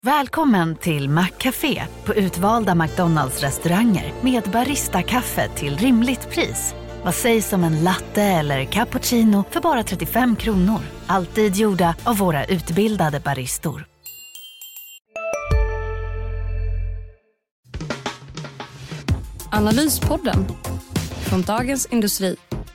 Välkommen till Maccafé på utvalda McDonalds-restauranger med Barista-kaffe till rimligt pris. Vad sägs om en latte eller cappuccino för bara 35 kronor? Alltid gjorda av våra utbildade baristor. Analyspodden från Dagens Industri.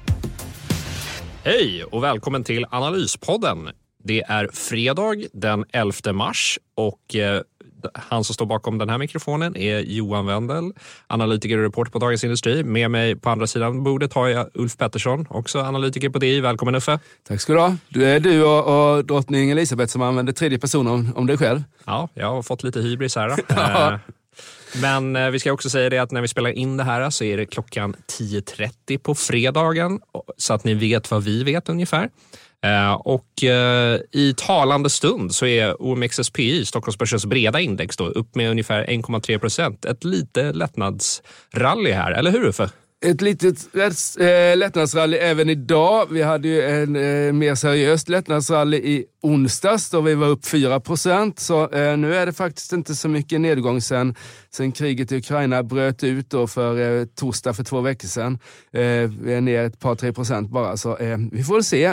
Hej och välkommen till Analyspodden. Det är fredag den 11 mars och han som står bakom den här mikrofonen är Johan Wendel, analytiker och reporter på Dagens Industri. Med mig på andra sidan bordet har jag Ulf Pettersson, också analytiker på DI. Välkommen Uffe. Tack ska du ha. Du är du och drottning Elisabeth som använder tredje person om dig själv. Ja, jag har fått lite hybris här. Men vi ska också säga det att när vi spelar in det här så är det klockan 10.30 på fredagen, så att ni vet vad vi vet ungefär. Och i talande stund så är OMXSPI, Stockholmsbörsens breda index, då, upp med ungefär 1,3%. Ett lite lättnadsrally här, eller hur Uffe? Ett litet lättnadsrally även idag. Vi hade ju en mer seriöst lättnadsrally i onsdags då vi var upp 4%. Så nu är det faktiskt inte så mycket nedgång sen kriget i Ukraina bröt ut då för torsdag för 2 veckor sedan. Vi är ner ett par 3% bara, så vi får se.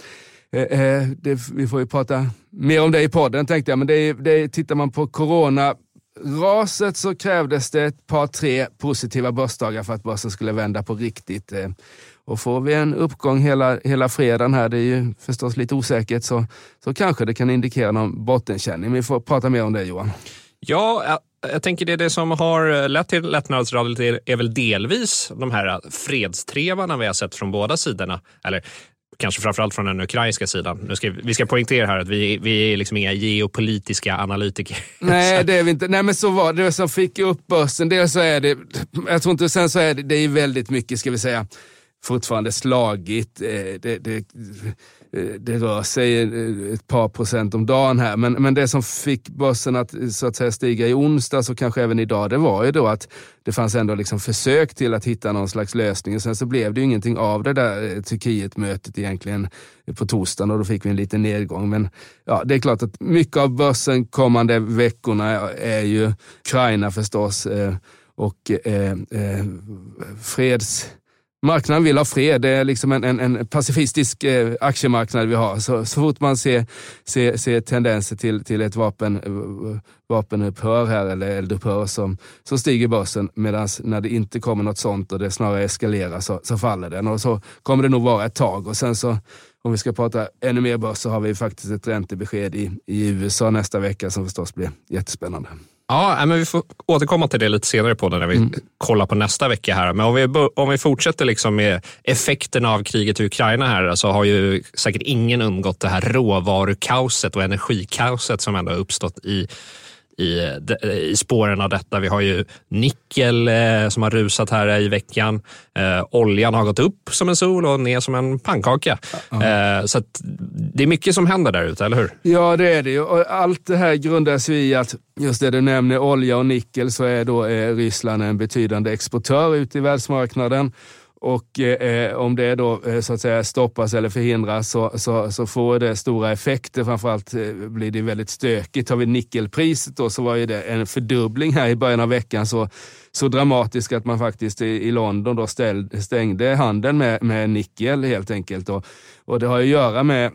Vi får ju prata mer om det i podden tänkte jag, men tittar man på corona-raset så krävdes det ett par 3 positiva börsdagar för att börsen skulle vända på riktigt. Och får vi en uppgång hela fredagen här, det är ju förstås lite osäkert, så kanske det kan indikera någon bottenkänning. Vi får prata mer om det, Johan. Ja, jag tänker det som har lett till lättnadsrallyt är väl delvis de här fredsträvarna vi har sett från båda sidorna, eller kanske framförallt från den ukrainska sidan. Vi ska poängtera här att vi är liksom inga geopolitiska analytiker. Nej, det är vi inte. Nej, men så var det som fick upp börsen. Dels så är det, jag tror inte, sen så är det är väldigt mycket, ska vi säga, fortfarande slagigt. Det rör sig ett par procent om dagen här. Men det som fick börsen att så att säga stiga i onsdag, så kanske även idag, det var ju då att det fanns ändå liksom försök till att hitta någon slags lösning. Och sen så blev det ju ingenting av det där Turkiet-mötet egentligen på torsdagen, och då fick vi en liten nedgång. Men ja, det är klart att mycket av börsen kommande veckorna är ju Ukraina förstås, och marknaden vill ha fred. Det är liksom en pacifistisk aktiemarknad vi har. Så fort man ser tendenser till ett vapenupphör här, eller eldupphör, så stiger börsen. Medan när det inte kommer något sånt och det snarare eskalerar, så faller den. Och så kommer det nog vara ett tag. Och sen så, om vi ska prata ännu mer börs, så har vi faktiskt ett räntebesked i USA nästa vecka som förstås blir jättespännande. Ja, men vi får återkomma till det lite senare på när vi kollar på nästa vecka här. Men om vi fortsätter liksom med effekterna av kriget i Ukraina här, så har ju säkert ingen undgått det här råvarukaoset och energikaoset som ändå har uppstått i spåren av detta. Vi har ju nickel som har rusat här i veckan. Oljan har gått upp som en sol och ner som en pannkaka. Så att det är mycket som händer där ute, eller hur? Ja, det är det ju. Och allt det här grundar sig i att, just det du nämner, olja och nickel, så är då Ryssland en betydande exportör ut i världsmarknaden. Och om det då så att säga stoppas eller förhindras, så får det stora effekter. Framförallt blir det väldigt stökigt. Har vi nickelpriset då, så var ju det en fördubbling här i början av veckan, så dramatisk att man faktiskt i London då stängde handeln med nickel helt enkelt. Och det har ju att göra med,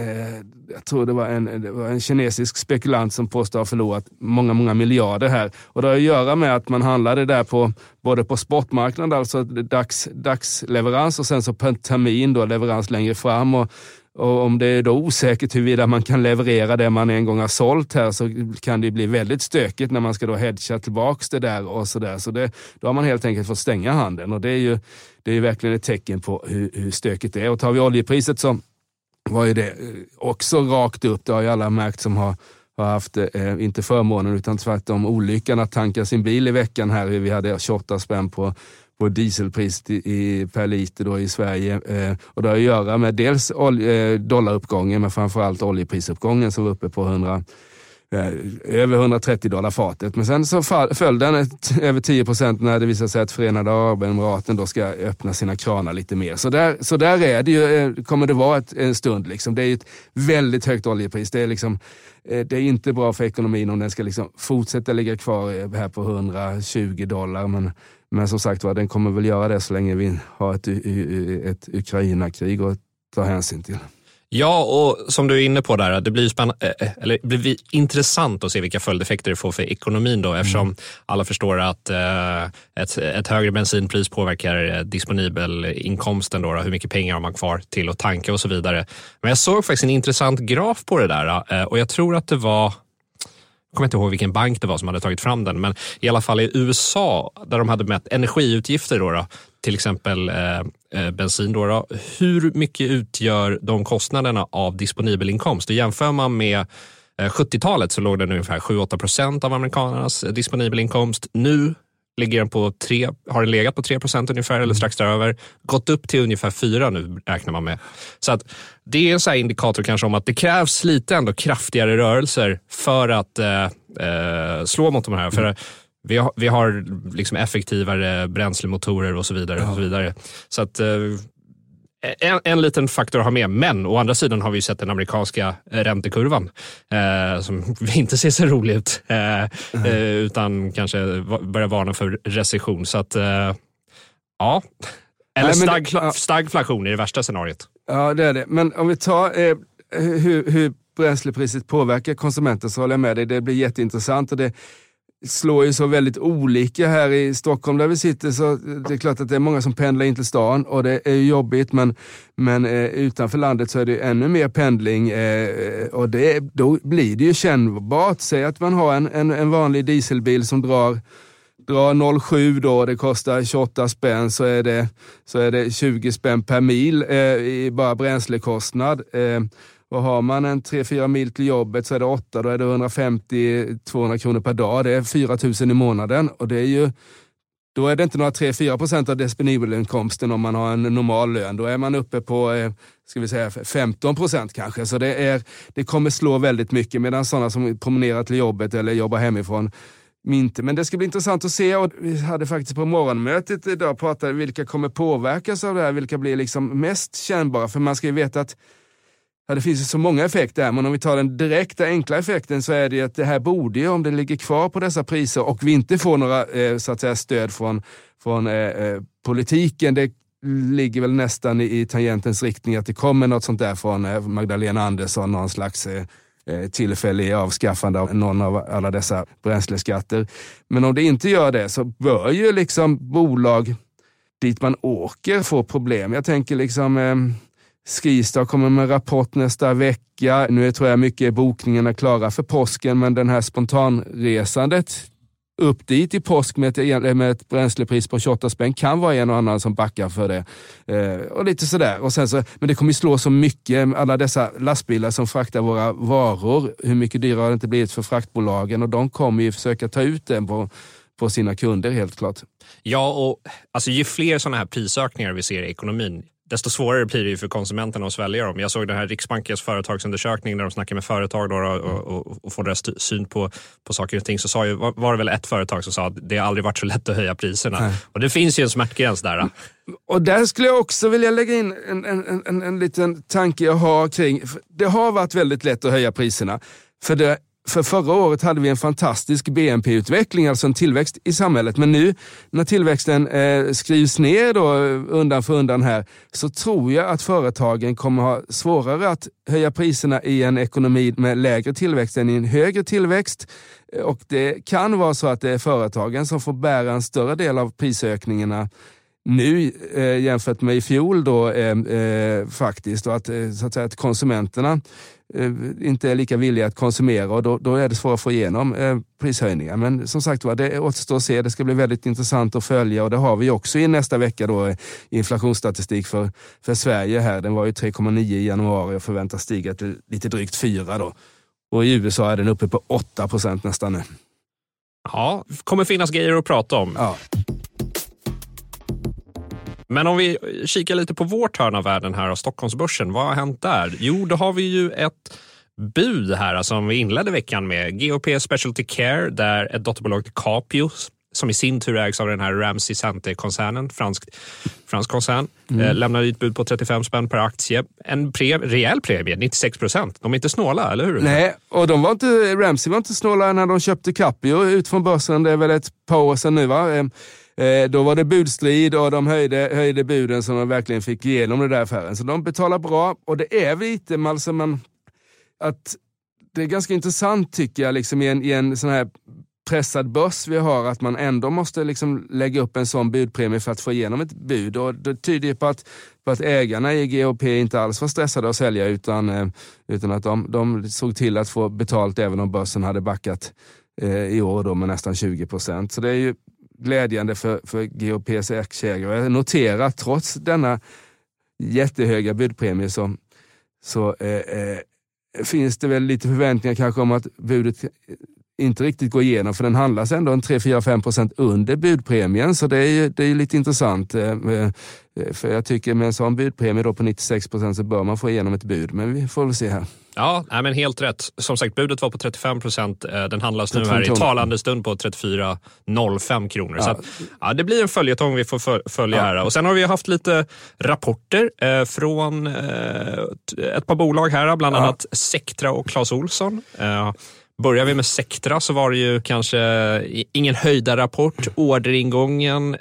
jag tror det var en kinesisk spekulant som påstår ha förlorat många miljarder här. Och det har att göra med att man handlade där både på spotmarknaden, alltså dagsleverans, och sen så på en termin då leverans längre fram. Och om det är då osäkert huruvida man kan leverera det man en gång har sålt här, så kan det bli väldigt stökigt när man ska då hedga tillbaks det där och sådär. Så då har man helt enkelt fått stänga handeln, och det är ju verkligen ett tecken på hur stökigt det är. Och tar vi oljepriset, så var ju det också rakt upp. Det har ju alla märkt som har haft, inte förmånen utan tvärtom olyckan att tanka sin bil i veckan här. Vi hade 28 spänn på dieselpriset per liter då i Sverige. Och det har att göra med dels dollaruppgången, men framförallt oljeprisuppgången som var uppe på över $130 fatet. Men sen så föll den över 10% när det visade sig att Förenade Arabemiraten då ska öppna sina kranar lite mer. Så där är det ju, kommer det vara en stund. Liksom. Det är ju ett väldigt högt oljepris. Det är, liksom, det är inte bra för ekonomin om den ska liksom fortsätta ligga kvar här på $120. Men som sagt den kommer väl göra det så länge vi har ett Ukraina-krig att ta hänsyn till. Ja, och som du är inne på där, det blir intressant att se vilka följdeffekter det får för ekonomin då, eftersom alla förstår att ett högre bensinpris påverkar disponibel inkomsten då, hur mycket pengar har man kvar till att tanka och så vidare. Men jag såg faktiskt en intressant graf på det där och jag tror att det var, jag kommer inte ihåg vilken bank det var som hade tagit fram den, men i alla fall i USA där de hade mätt energiutgifter då till exempel bensin då, hur mycket utgör de kostnaderna av disponibel inkomst? Och jämför man med 70-talet så låg den ungefär 7-8% av amerikanernas disponibel inkomst. Nu ligger den har den legat på 3% ungefär eller strax däröver. Gått upp till ungefär 4% nu räknar man med. Så att det är en sån här indikator kanske om att det krävs lite ändå kraftigare rörelser för att slå mot de här. För vi har liksom effektivare bränslemotorer och så vidare. Och så vidare. Så att en liten faktor att ha med. Men å andra sidan har vi sett den amerikanska räntekurvan som inte ser så rolig ut utan kanske börjar varna för recession. Så att ja, eller stagflation i det värsta scenariot. Ja, det är det. Men om vi tar hur bränslepriset påverkar konsumenten så håller jag med dig. Det blir jätteintressant och det slår ju så väldigt olika här i Stockholm där vi sitter, så det är klart att det är många som pendlar in till stan och det är jobbigt, men utanför landet så är det ännu mer pendling och då blir det ju kännbart. Säg att man har en vanlig dieselbil som drar 0,7 då, det kostar 28 spänn, så är det 20 spänn per mil i bara bränslekostnad. Och har man en 3-4 mil till jobbet så är det 8, då är det 150-200 kronor per dag. Det är 4 000 i månaden och det är ju, då är det inte några 3-4% av disponibelinkomsten om man har en normal lön. Då är man uppe på, ska vi säga 15% kanske. Så det kommer slå väldigt mycket, medan sådana som promenerar till jobbet eller jobbar hemifrån inte. Men det ska bli intressant att se, och vi hade faktiskt på morgonmötet idag pratat vilka kommer påverkas av det här, vilka blir liksom mest kännbara. För man ska ju veta att det finns ju så många effekter här, men om vi tar den direkta enkla effekten så är det att det här borde ju, om det ligger kvar på dessa priser och vi inte får några så att säga stöd från politiken, det ligger väl nästan i tangentens riktning att det kommer något sånt där från Magdalena Andersson, någon slags tillfällig avskaffande av någon av alla dessa bränsleskatter. Men om det inte gör det så bör ju liksom bolag dit man åker få problem. Jag tänker liksom Skistar kommer med en rapport nästa vecka. Nu tror jag mycket bokningarna klara för påsken, men den här spontanresandet upp dit i påsk med ett bränslepris på 28 spänn kan vara en och annan som backar för det. Och lite sådär. Och sen så, men det kommer slå så mycket, alla dessa lastbilar som fraktar våra varor, hur mycket dyrare har det inte blivit för fraktbolagen, och de kommer ju försöka ta ut den på sina kunder helt klart. Ja, och alltså ju fler sådana här prisökningar vi ser i ekonomin, desto svårare blir det ju för konsumenterna att svälja dem. Jag såg den här Riksbankens företagsundersökning där de snackar med företag då och får deras syn på saker och ting. Så var det väl ett företag som sa att det har aldrig varit så lätt att höja priserna. Nej. Och det finns ju en smärtgräns där. Och där skulle jag också vilja lägga in en liten tanke jag har kring. Det har varit väldigt lätt att höja priserna. För förra året hade vi en fantastisk BNP-utveckling, alltså en tillväxt i samhället. Men nu när tillväxten skrivs ner då, undan för undan här, så tror jag att företagen kommer ha svårare att höja priserna i en ekonomi med lägre tillväxt än i en högre tillväxt. Och det kan vara så att det är företagen som får bära en större del av prisökningarna nu jämfört med i fjol då faktiskt, och att, så att säga, att konsumenterna inte är lika villiga att konsumera, och då är det svårt att få igenom prishöjningar. Men som sagt var, det återstår att se. Det ska bli väldigt intressant att följa, och det har vi också i nästa vecka då inflationsstatistik för Sverige här. Den var ju 3,9 i januari och förväntas stiga till lite drygt 4 då. Och i USA är den uppe på 8% nästan nu. Ja, kommer finnas grejer att prata om. Ja. Men om vi kikar lite på vårt hörn av världen här och Stockholmsbörsen, vad har hänt där? Jo, då har vi ju ett bud här som vi inledde veckan med. GOP Specialty Care, där ett dotterbolag till Capio, som i sin tur ägs av den här Ramsay Santé-koncernen, fransk koncern, lämnade ut bud på 35 spänn per aktie. En rejäl premie, 96%. De är inte snåla, eller hur? Nej, och Ramsay var inte snåla när de köpte Capio ut från börsen. Det är väl ett par år sedan nu, va? Då var det budstrid och de höjde buden så de verkligen fick igenom det där affären. Så de betalar bra, och det är lite att det är ganska intressant, tycker jag, liksom i en sån här pressad börs vi har, att man ändå måste liksom lägga upp en sån budpremie för att få igenom ett bud. Och det tyder på att ägarna i GOP inte alls var stressade att sälja, utan att de såg till att få betalt även om börsen hade backat i år då med nästan 20%. Så det är ju glädjande för GOPs aktieägare. Jag noterar, trots denna jättehöga budpremie så finns det väl lite förväntningar kanske om att budet inte riktigt går igenom, för den handlas ändå en 3-4-5% under budpremien, så det är ju lite intressant. För jag tycker med en sån budpremie då på 96% så bör man få igenom ett bud, men vi får väl se här. Ja, men helt rätt. Som sagt, budet var på 35%. Den handlas nu här i talande stund på 34,05 kronor. Ja. Så att, det blir en följetong vi får följa här. Och sen har vi haft lite rapporter från ett par bolag här, bland annat Sectra och Clas Ohlson. Börjar vi med Sectra så var det ju kanske ingen höjda rapport. Orderingången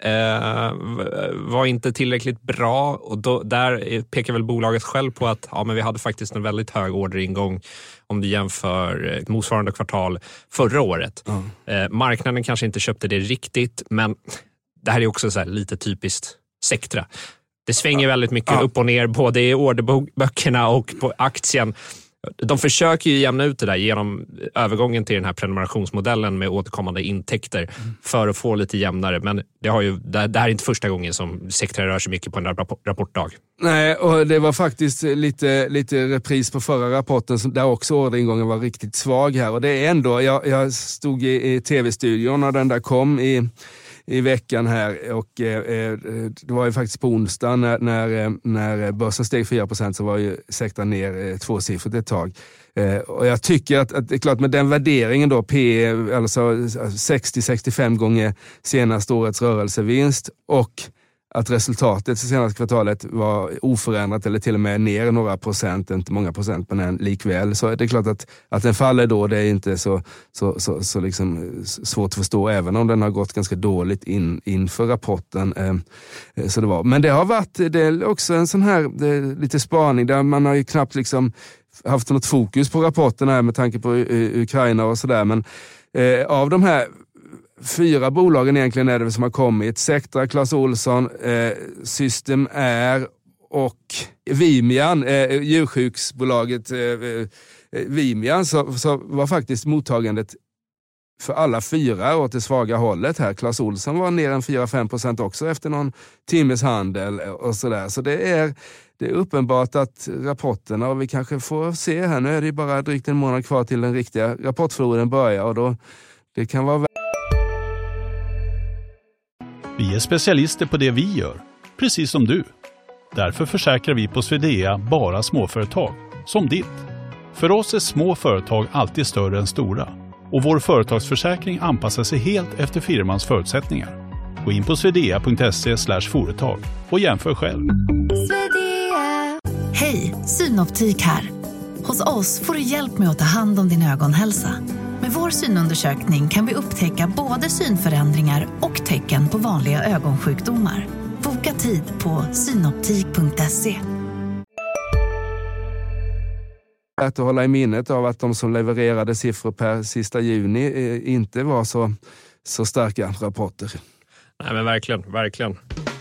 var inte tillräckligt bra, och där pekar väl bolaget själv på att men vi hade faktiskt en väldigt hög orderingång om du jämför motsvarande kvartal förra året. Marknaden kanske inte köpte det riktigt, men det här är också så här lite typiskt Sectra. Det svänger väldigt mycket upp och ner både i orderböckerna och på aktien. De försöker ju jämna ut det där genom övergången till den här prenumerationsmodellen med återkommande intäkter för att få lite jämnare. Men det här är inte första gången som Sectra rör sig mycket på en rapportdag. Nej, och det var faktiskt lite repris på förra rapporten där också orderingången var riktigt svag här. Och det är ändå, jag stod i tv-studion när den där kom i veckan här, och det var ju faktiskt på onsdag när börsen steg 4%, så var ju Sectra ner tvåsiffrigt ett tag. Och jag tycker att det är klart, med den värderingen då, P, alltså 60-65 gånger senaste årets rörelsevinst, och att resultatet för senaste kvartalet var oförändrat eller till och med ner några procent, inte många procent, men likväl. Så det är klart att den faller då, det är inte så liksom svårt att förstå, även om den har gått ganska dåligt inför rapporten. Så det var. Men det är också en sån här lite spaning där man har ju knappt liksom haft något fokus på rapporten här med tanke på Ukraina och sådär, men av de här 4 bolagen egentligen är det som har kommit: Sectra, Clas Ohlson, System R och Vimian, djursjuksbolaget Vimian, så var faktiskt mottagandet för alla 4 åt det svaga hållet här. Clas Ohlson var ner en 4-5% också efter någon timmes handel och sådär. Så det är uppenbart att rapporterna, och vi kanske får se här, nu är det bara drygt en månad kvar till den riktiga rapportfloden börjar, och då det kan vara. Vi är specialister på det vi gör, precis som du. Därför försäkrar vi på Swedea bara småföretag, som ditt. För oss är små företag alltid större än stora, och vår företagsförsäkring anpassar sig helt efter firmans förutsättningar. Gå in på swedea.se/företag och jämför själv. Hej, Synoptik här. Hos oss får du hjälp med att ta hand om din ögonhälsa. Med vår synundersökning kan vi upptäcka både synförändringar och tecken på vanliga ögonsjukdomar. Boka tid på synoptik.se. Att hålla i minnet av att de som levererade siffror per sista juni inte var så starka rapporter. Nej, men verkligen.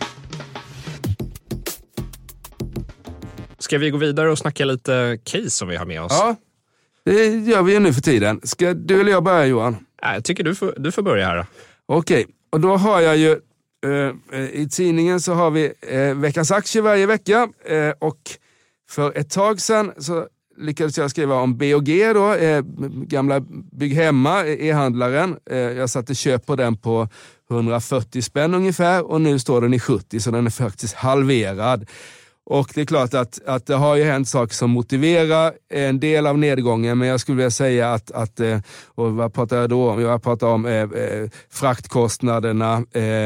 Ska vi gå vidare och snacka lite case som vi har med oss? Ja, det gör vi ju nu för tiden. Ska du eller jag börja, Johan? Jag tycker du får börja här. Okej, och då har jag ju i tidningen så har vi veckans aktier varje vecka, och för ett tag sedan så lyckades jag skriva om B&G då, gamla Bygghemma, e-handlaren. Jag satte köp på den på 140 spänn ungefär, och nu står den i 70, så den är faktiskt halverad. Och det är klart att det har ju hänt saker som motiverar en del av nedgången, men jag skulle vilja säga att och vad pratar jag då om? Jag pratar om fraktkostnaderna,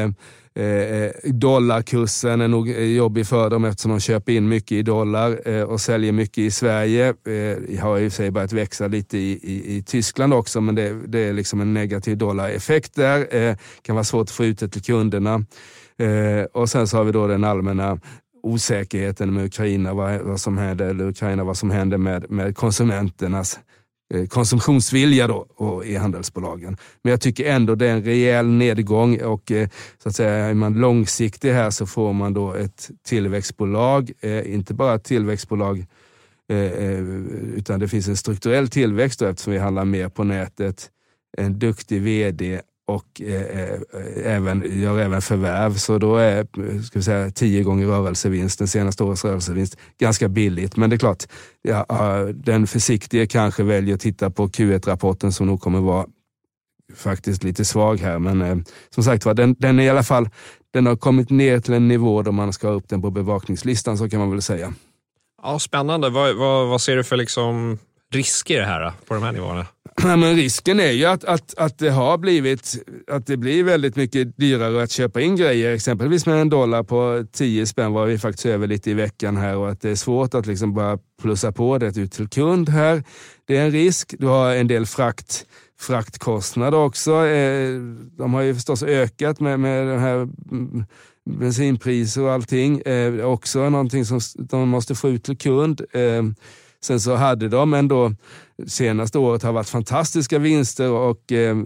dollarkursen är nog jobbig för dem eftersom de köper in mycket i dollar och säljer mycket i Sverige. Har ju sig börjat växa lite i Tyskland också, men det är liksom en negativ dollareffekt där. Kan vara svårt att få ut det till kunderna. Och sen så har vi då den allmänna osäkerheten med Ukraina, vad som händer med konsumenternas konsumtionsvilja då och i handelsbolagen. Men jag tycker ändå det är en rejäl nedgång och så att säga är man långsiktig här så får man då ett tillväxtbolag, inte bara ett tillväxtbolag utan det finns en strukturell tillväxt då, eftersom vi handlar mer på nätet, en duktig vd och gör även förvärv, så då är 10 gånger rörelsevinst, den senaste årets rörelsevinst, ganska billigt. Men det är klart, den försiktige kanske väljer att titta på Q1-rapporten som nog kommer vara faktiskt lite svag här, men som sagt var, den är i alla fall, den har kommit ner till en nivå där man ska ha upp den på bevakningslistan, så kan man väl säga. Ja, spännande. Vad ser du för liksom risker här på de här nivåerna? Ja, men risken är ju att det har blivit, att det blir väldigt mycket dyrare att köpa in grejer, exempelvis med $1 på 10 spänn var vi faktiskt över lite i veckan här, och att det är svårt att liksom bara plussa på det ut till kund här. Det är en risk. Du har en del fraktkostnader också. De har ju förstås ökat med den här bensinpriser och allting. Också någonting som de måste få ut till kund. Sen så hade de ändå senaste året har varit fantastiska vinster och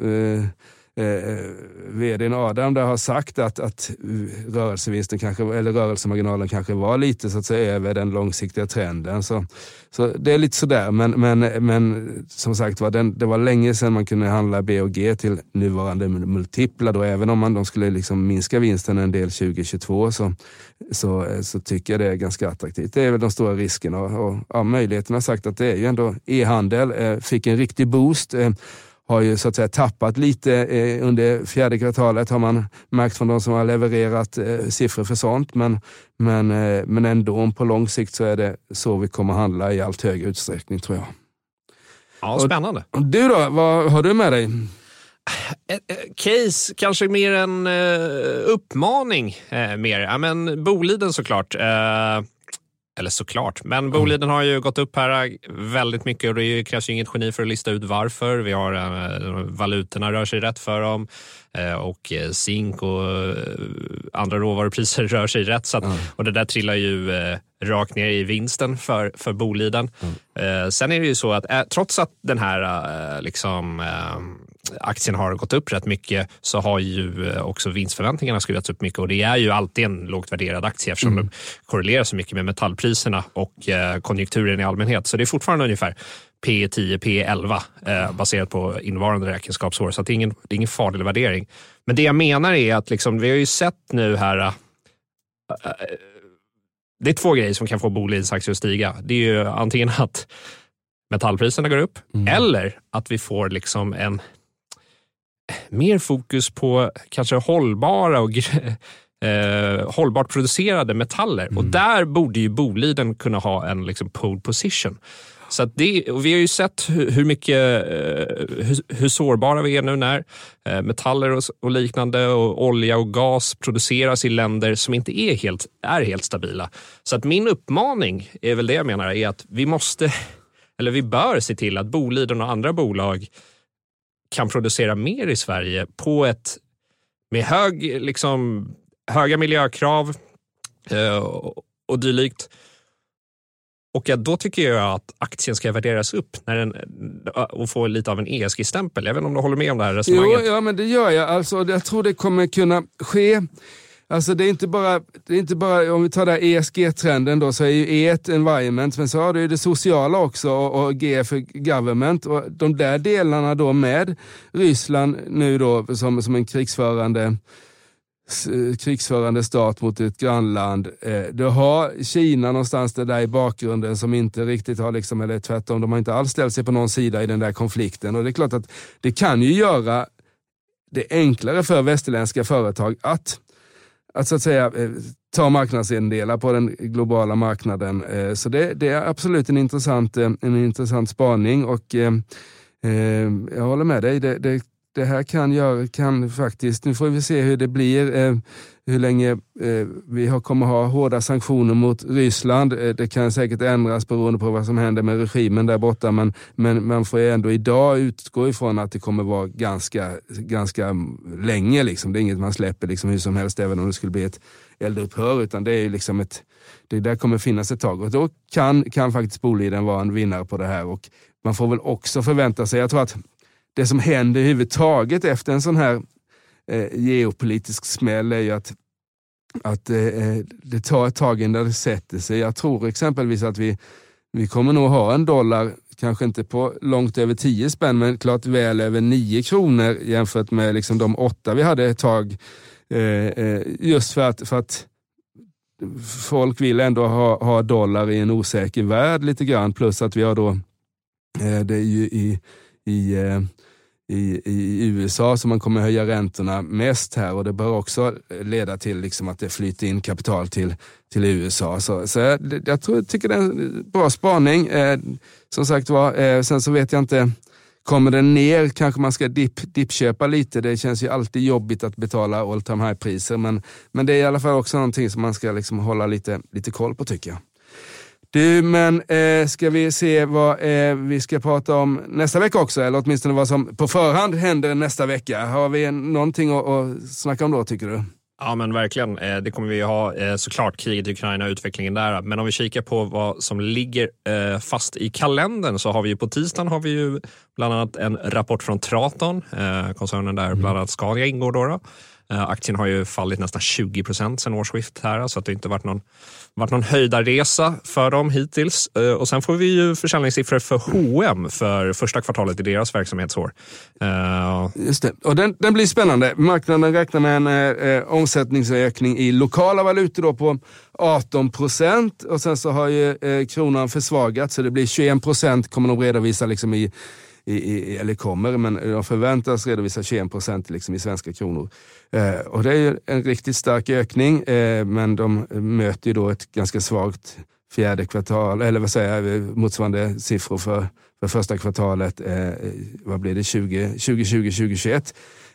vdn Adam där har sagt att rörelsevinsten kanske, eller rörelsemarginalen kanske var lite så att säga över den långsiktiga trenden. Så det är lite sådär, men som sagt det var länge sedan man kunde handla B&G till nuvarande multipla då, även om de skulle liksom minska vinsten en del 2022 så tycker jag det är ganska attraktivt. Det är väl de stora riskerna och möjligheten har sagt att det är ju ändå e-handel fick en riktig boost. Har ju så att säga tappat lite under fjärde kvartalet, har man märkt från de som har levererat siffror för sånt, men ändå på lång sikt så är det så vi kommer handla i allt högre utsträckning, tror jag. Ja, spännande. Och du då, vad har du med dig? Case, kanske mer en uppmaning mer. Ja, men Boliden såklart. Eller såklart, men Boliden har ju gått upp här väldigt mycket och det krävs ju inget geni för att lista ut varför. Vi har valutorna rör sig rätt för dem och zink och andra råvarupriser rör sig rätt. Så att, och det där trillar ju rakt ner i vinsten för Boliden. Sen är det ju så att trots att den här aktien har gått upp rätt mycket så har ju också vinstförväntningarna skruvats upp mycket och det är ju alltid en lågt värderad aktie eftersom det korrelerar så mycket med metallpriserna och konjunkturen i allmänhet. Så det är fortfarande ungefär P10, P11 baserat på innevarande räkenskapsår, så att det är ingen farlig värdering. Men det jag menar är att liksom, vi har ju sett nu här det är 2 grejer som kan få Bolidens aktier att stiga. Det är ju antingen att metallpriserna går upp eller att vi får liksom en mer fokus på kanske hållbara och hållbart producerade metaller. Och där borde ju Boliden kunna ha en liksom pole position. Så att och vi har ju sett hur sårbara vi är nu när metaller och liknande och olja och gas produceras i länder som inte är helt stabila. Så att min uppmaning är väl det jag menar är att vi bör se till att Boliden och andra bolag kan producera mer i Sverige på med höga miljökrav och dylikt. Och då tycker jag att aktien ska värderas upp och få lite av en ESG-stämpel. Jag vet inte om du håller med om det här resonemanget. Jo, ja, men det gör jag. Alltså, jag tror det kommer kunna ske. Alltså det är inte bara om vi tar där ESG-trenden då, så är ju E ett environment, men så har du ju det sociala också och G för government, och de där delarna då med Ryssland nu då som en krigsförande stat mot ett grannland. Du har Kina någonstans där i bakgrunden som inte riktigt har eller tvärtom, de har inte alls ställt sig på någon sida i den där konflikten, och det är klart att det kan ju göra det enklare för västerländska företag att så att säga ta marknadsandelar på den globala marknaden. Så det är absolut en intressant spaning, och jag håller med dig. Det här kan faktiskt, nu får vi se hur det blir, hur länge vi kommer ha hårda sanktioner mot Ryssland. Det kan säkert ändras beroende på vad som händer med regimen där borta, men man får ändå idag utgå ifrån att det kommer vara ganska länge. Liksom. Det är inget man släpper liksom hur som helst, även om det skulle bli ett eldupphör, utan det är liksom det där kommer finnas ett tag, och då kan faktiskt Boliden vara en vinnare på det här. Och man får väl också förvänta sig, jag tror att det som händer i huvudtaget efter en sån här geopolitisk smäll är ju att det tar ett tag innan det sätter sig. Jag tror exempelvis att vi kommer nog ha en dollar, kanske inte på långt över 10 spänn, men klart väl över 9 kronor jämfört med liksom de 8 vi hade ett tag. Just för att folk vill ändå ha dollar i en osäker värld lite grann, plus att vi har då det är ju i USA som man kommer höja räntorna mest här, och det bör också leda till liksom att det flyter in kapital till USA. Så jag tycker det är en bra spaning. Som sagt var, sen så vet jag inte, kommer den ner kanske man ska dippköpa lite. Det känns ju alltid jobbigt att betala all time high priser, men det är i alla fall också någonting som man ska liksom hålla lite koll på, tycker jag. Du, men ska vi se vad vi ska prata om nästa vecka också, eller åtminstone vad som på förhand händer nästa vecka. Har vi någonting att snacka om då, tycker du? Ja, men verkligen. Det kommer vi ha såklart, kriget i Ukraina, utvecklingen där. Men om vi kikar på vad som ligger fast i kalendern, så har vi ju på tisdagen har vi ju bland annat en rapport från Traton, koncernen där bland annat Scania ingår då. Aktien har ju fallit nästan 20% sedan årsskift här, så att det inte varit någon höjdarresa för dem hittills. Och sen får vi ju försäljningssiffror för H&M för första kvartalet i deras verksamhetsår. Just det, och den blir spännande. Marknaden räknar med en omsättningsökning i lokala valutor då på 18%, och sen så har ju kronan försvagats, så det blir 21%, kommer de redovisa liksom eller kommer, men de förväntas redovisa 21% liksom i svenska kronor. Och det är ju en riktigt stark ökning, men de möter ju då ett ganska svagt fjärde kvartal, eller vad säger jag, motsvarande siffror för första kvartalet, vad blir det, 2020-2021.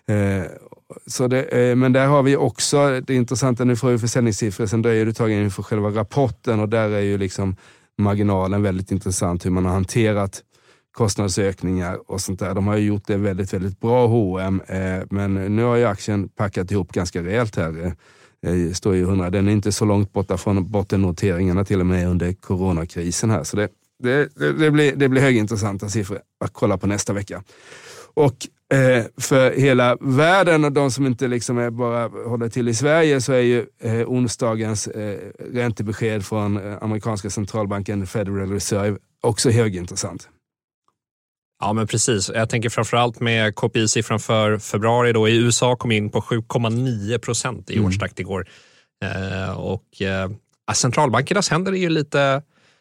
Så men där har vi också det intressanta, nu får vi försäljningssiffror, sen dröjer det tagen inför själva rapporten, och där är ju liksom marginalen väldigt intressant, hur man har hanterat kostnadsökningar och sånt där. De har ju gjort det väldigt, väldigt bra, H&M, men nu har ju aktien packat ihop ganska rejält här. Står ju 100, den är inte så långt borta från bottennoteringarna till och med under coronakrisen här, så det blir högintressanta siffror att kolla på nästa vecka. Och för hela världen, och de som inte liksom bara håller till i Sverige, så är ju onsdagens räntebesked från amerikanska centralbanken Federal Reserve också högintressant. Ja, men precis. Jag tänker framförallt med KPI-siffran för februari då i USA kom in på 7,9% i årstakt igår. Centralbankernas händer är ju lite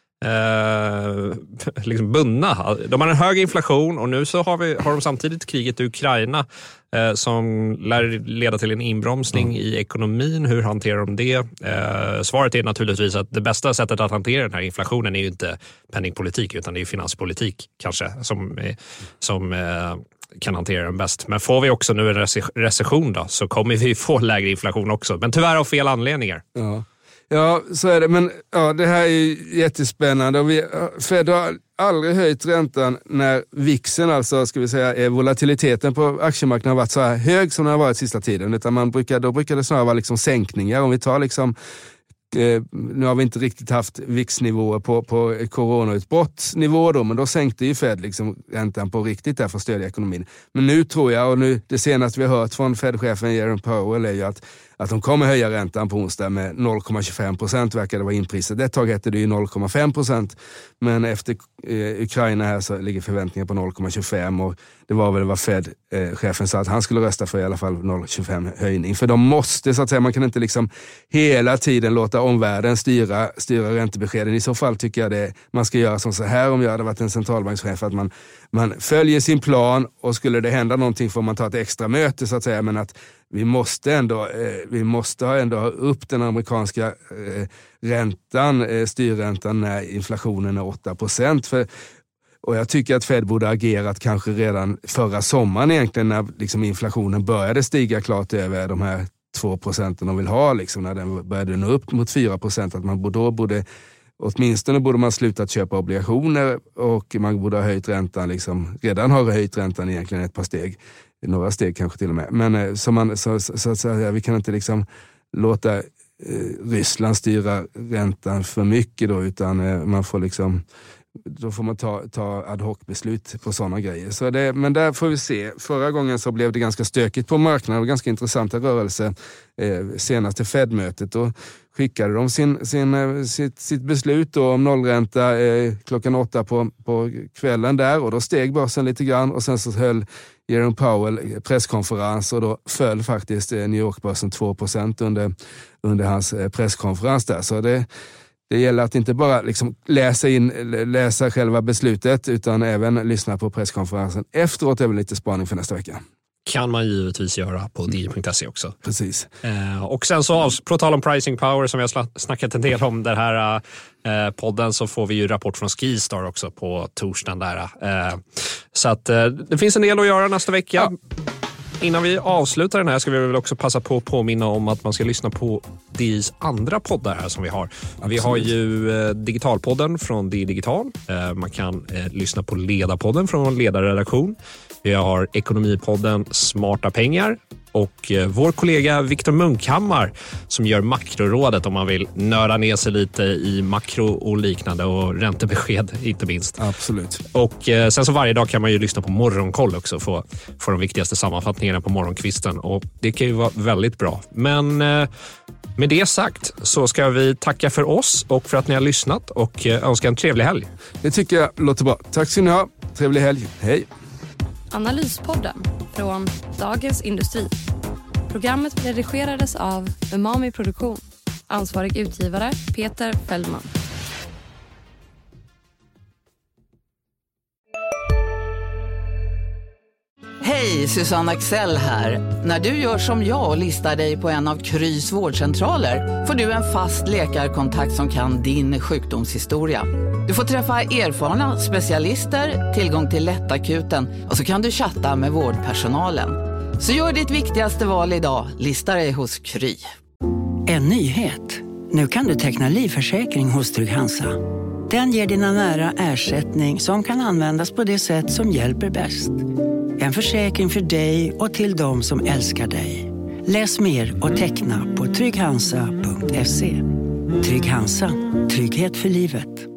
liksom bundna. De har en hög inflation, och nu så har de samtidigt kriget i Ukraina som lär leda till en inbromsning i ekonomin. Hur hanterar de det? Svaret är naturligtvis att det bästa sättet att hantera den här inflationen är ju inte penningpolitik, utan det är finanspolitik kanske som kan hantera den bäst. Men får vi också nu en recession då, så kommer vi få lägre inflation också. Men tyvärr av fel anledningar. Ja, så är det. Men ja, det här är ju jättespännande. Och Fed har aldrig höjt räntan när VIXen, alltså ska vi säga volatiliteten på aktiemarknaden, har varit så här hög som den har varit sista tiden. Utan då brukar det snarare vara liksom sänkningar. Om vi tar liksom, nu har vi inte riktigt haft VIX-nivåer på coronautbrottsnivå då, men då sänkte ju Fed liksom räntan på riktigt där för att stödja ekonomin. Men nu tror jag, och nu det senaste vi har hört från Fed-chefen Jerome Powell är ju att de kommer höja räntan på onsdag med 0,25%, verkar det vara inpriset. Det tag hette det ju 0,5%, men efter Ukraina här så ligger förväntningar på 0,25%, och det var väl vad Fed-chefen sa att han skulle rösta för, i alla fall 0,25 höjning. För de måste, så att säga, man kan inte liksom hela tiden låta omvärlden styra räntebeskeden. I så fall tycker jag man ska göra som så här, om jag hade varit en centralbankschef, att man följer sin plan, och skulle det hända någonting får man ta ett extra möte, så att säga, men att vi måste ändå ha upp den amerikanska räntan, styrräntan, när inflationen är 8%. Och jag tycker att Fed borde ha agerat kanske redan förra sommaren egentligen, när liksom inflationen började stiga klart över de här 2% de vill ha, liksom, när den började nå upp mot 4%, att man då borde åtminstone borde man slutat köpa obligationer, och man borde ha höjt räntan, liksom, redan har höjt räntan egentligen ett par steg, några steg kanske till och med. Men så vi kan inte liksom låta Ryssland styra räntan för mycket då, utan man får liksom, då får man ta ad hoc-beslut på sådana grejer. Men där får vi se. Förra gången så blev det ganska stökigt på marknaden och ganska intressanta rörelser. Senaste Fed-mötet, då skickade de sitt beslut då om nollränta klockan 8 på kvällen där, och då steg börsen lite grann, och sen så höll Jerome Powell presskonferens, och då föll faktiskt New York-börsen 2% under hans presskonferens där. Så det gäller att inte bara liksom läsa själva beslutet, utan även lyssna på presskonferensen efteråt. Det är väl lite spaning för nästa vecka. Kan man givetvis göra på di.se också. Precis. Och sen så, på tal om pricing power som vi har snackat en del om den här podden, så får vi ju rapport från Skistar också på torsdagen där. Så att det finns en del att göra nästa vecka. Ja. Innan vi avslutar den här ska vi väl också passa på att påminna om att man ska lyssna på DIs andra poddar här som vi har. Absolut. Vi har ju Digitalpodden från DI Digital. Man kan lyssna på Ledarpodden från Ledarredaktion. Vi har Ekonomipodden Smarta pengar. Och vår kollega Viktor Munkhammar som gör Makrorådet, om man vill nörda ner sig lite i makro och liknande, och räntebesked inte minst. Absolut. Och sen så varje dag kan man ju lyssna på Morgonkoll också, få de viktigaste sammanfattningarna på morgonkvisten, och det kan ju vara väldigt bra. Men med det sagt så ska vi tacka för oss och för att ni har lyssnat, och önska en trevlig helg. Det tycker jag låter bra. Tack ska ni ha. Trevlig helg. Hej. Analyspodden från Dagens Industri. Programmet redigerades av Umami Produktion. Ansvarig utgivare Peter Fällman. Hej, Susanne Axel här. När du gör som jag och listar dig på en av Krys vårdcentraler får du en fast läkarkontakt som kan din sjukdomshistoria. Du får träffa erfarna specialister, tillgång till lättakuten och så kan du chatta med vårdpersonalen. Så gör ditt viktigaste val idag, lista dig hos Kry. En nyhet. Nu kan du teckna livförsäkring hos Trygg-Hansa. Den ger dina nära ersättning som kan användas på det sätt som hjälper bäst. En försäkring för dig och till de som älskar dig. Läs mer och teckna på trygghansa.se. Trygg-Hansa. Trygghet för livet.